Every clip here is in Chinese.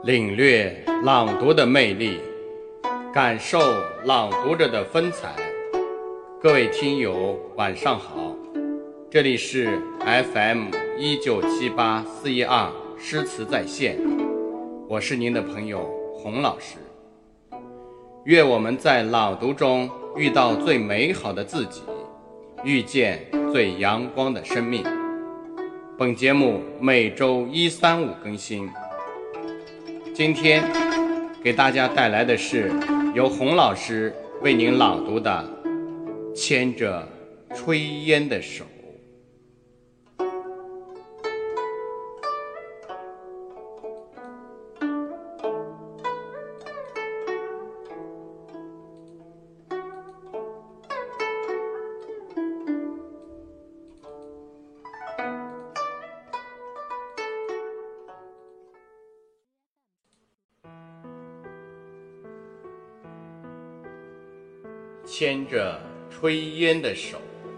领略朗读的魅力，感受朗读者的风采。各位听友晚上好，这里是 FM1978412诗词在线，我是您的朋友洪老师。愿我们在朗读中遇到最美好的自己，遇见最阳光的生命。本节目每周1、3、5更新。今天给大家带来的是由洪老师为您朗读的《牵着炊烟的手》。牵着炊烟的手，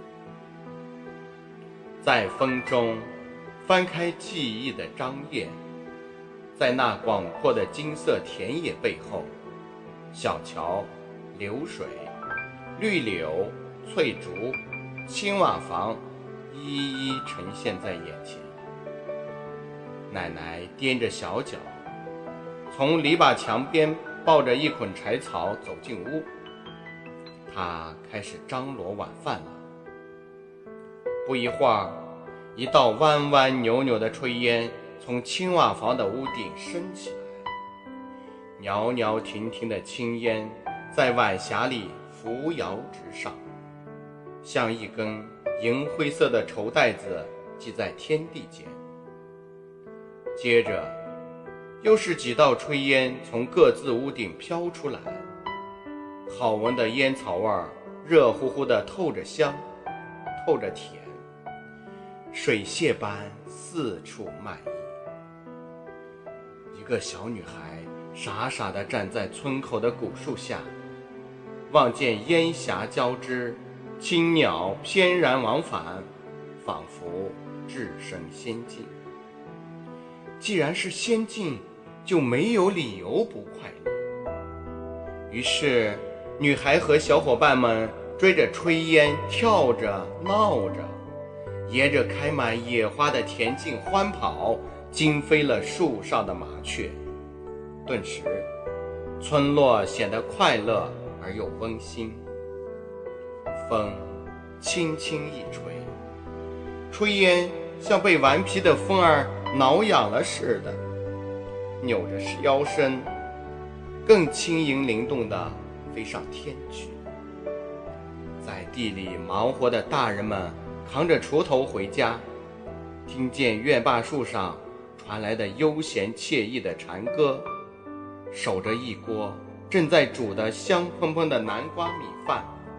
在风中翻开记忆的章页，在那广阔的金色田野背后，小桥、流水、绿柳、翠竹、青瓦房一一呈现在眼前。奶奶踮着小脚，从篱笆墙边抱着一捆柴草走进屋。他开始张罗晚饭了。不一会儿，一道弯弯扭扭的炊烟从青瓦房的屋顶升起来，袅袅婷婷的青烟在晚霞里扶摇直上，像一根银灰色的绸带子系在天地间。接着，又是几道炊烟从各自屋顶飘出来，好闻的烟草味儿热乎乎的，透着香，透着甜，水榭般四处漫溢。一个小女孩傻傻地站在村口的古树下，望见烟霞交织，青鸟翩然往返，仿佛置身仙境。既然是仙境，就没有理由不快乐。于是女孩和小伙伴们追着炊烟跳着闹着，沿着开满野花的田径欢跑，惊飞了树上的麻雀。顿时村落显得快乐而又温馨。风轻轻一吹，炊烟像被顽皮的风儿挠痒了似的，扭着腰身，更轻盈灵动地飞上天去。在地里忙活的大人们扛着锄头回家，听见院坝树上传来的悠闲惬意的蝉歌，守着一锅正在煮的香喷喷的南瓜米饭。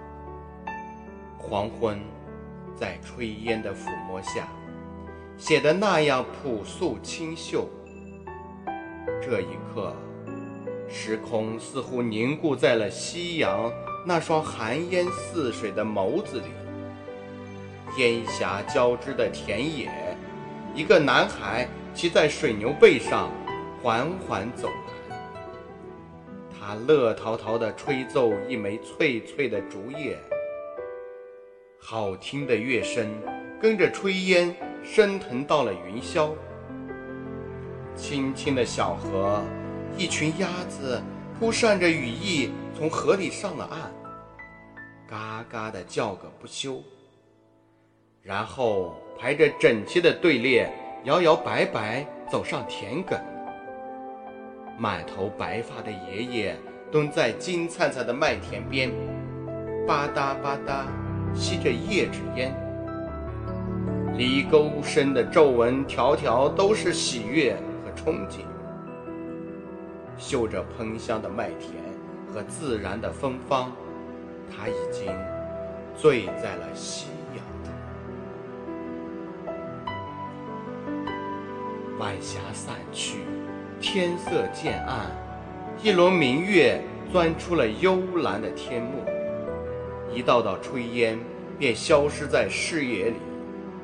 黄昏在炊烟的抚摸下显得那样朴素清秀。这一刻，时空似乎凝固在了夕阳那双寒烟似水的眸子里。烟霞交织的田野，一个男孩骑在水牛背上缓缓走来，他乐陶陶地吹奏一枚脆脆的竹叶，好听的乐声跟着炊烟升腾到了云霄。清清的小河，一群鸭子扑扇着羽翼从河里上了岸，嘎嘎地叫个不休，然后排着整齐的队列摇摇摆摆走上田埂。满头白发的爷爷蹲在金灿灿的麦田边，吧嗒吧嗒吸着叶纸烟，犁沟声的皱纹条条都是喜悦和憧憬。嗅着喷香的麦田和自然的芬芳，他已经醉在了夕阳。晚霞散去，天色渐暗，一轮明月钻出了幽蓝的天幕，一道道炊烟便消失在视野里。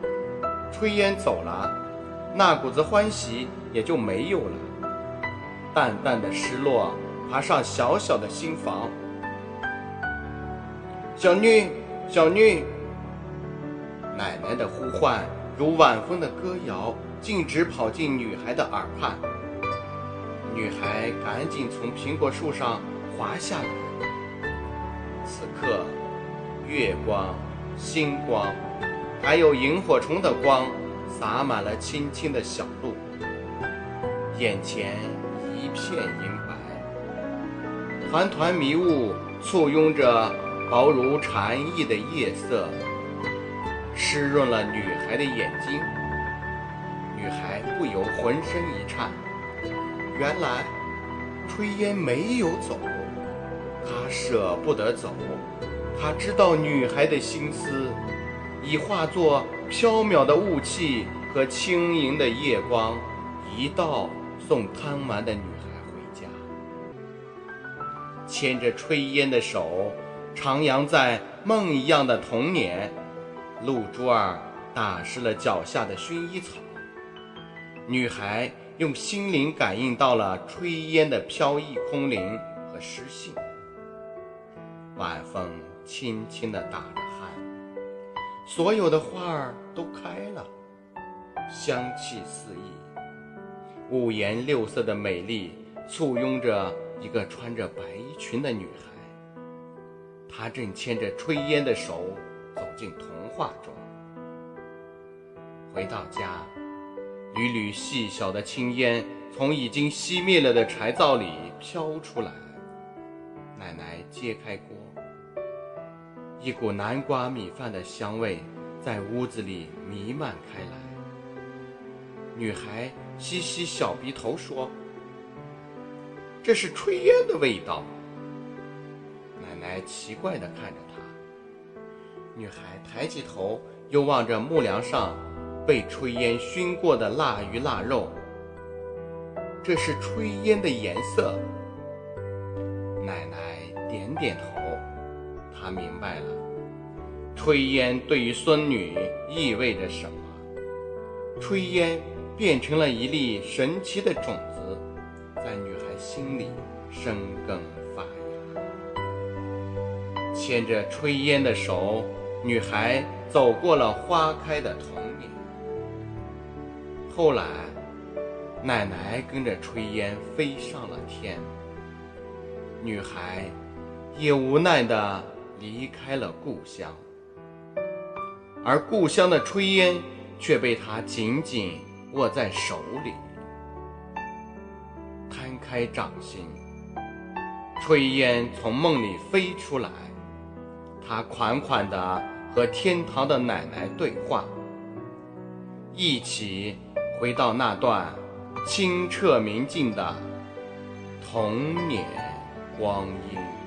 炊烟走了，那股子欢喜也就没有了。 淡淡的失落爬上小小的新房。小女，小女！奶奶的呼唤如晚风的歌谣，径直跑进女孩的耳畔。女孩赶紧从苹果树上滑下来。此刻，月光、星光，还有萤火虫的光，洒满了青青的小路，眼前一片银白，团团迷雾簇拥着薄如蝉翼的夜色，湿润了女孩的眼睛。女孩不由浑身一颤，原来炊烟没有走，她舍不得走，她知道女孩的心思已化作缥缈的雾气和轻盈的夜光，一道送贪玩的女孩回家。牵着炊烟的手徜徉在梦一样的童年，露珠儿打湿了脚下的薰衣草，女孩用心灵感应到了炊烟的飘逸空灵和诗性。晚风轻轻地打着鼾，所有的花儿都开了，香气四溢，五颜六色的美丽簇拥着一个穿着白衣裙的女孩。她正牵着炊烟的手走进童话中。回到家，缕缕细小的青烟从已经熄灭了的柴灶里飘出来。奶奶揭开锅，一股南瓜米饭的香味在屋子里弥漫开来。女孩吸吸小鼻头说：“这是炊烟的味道。”奶奶奇怪地看着她。女孩抬起头，又望着木梁上被炊烟熏过的腊鱼腊肉。这是炊烟的颜色。奶奶点点头，她明白了，炊烟对于孙女意味着什么。炊烟变成了一粒神奇的种子，在女孩心里生根发芽。牵着炊烟的手，女孩走过了花开的童年。后来，奶奶跟着炊烟飞上了天，女孩也无奈地离开了故乡，而故乡的炊烟却被她紧紧握在手里。摊开掌心，炊烟从梦里飞出来，她款款地和天堂的奶奶对话，一起回到那段清澈明净的童年光阴。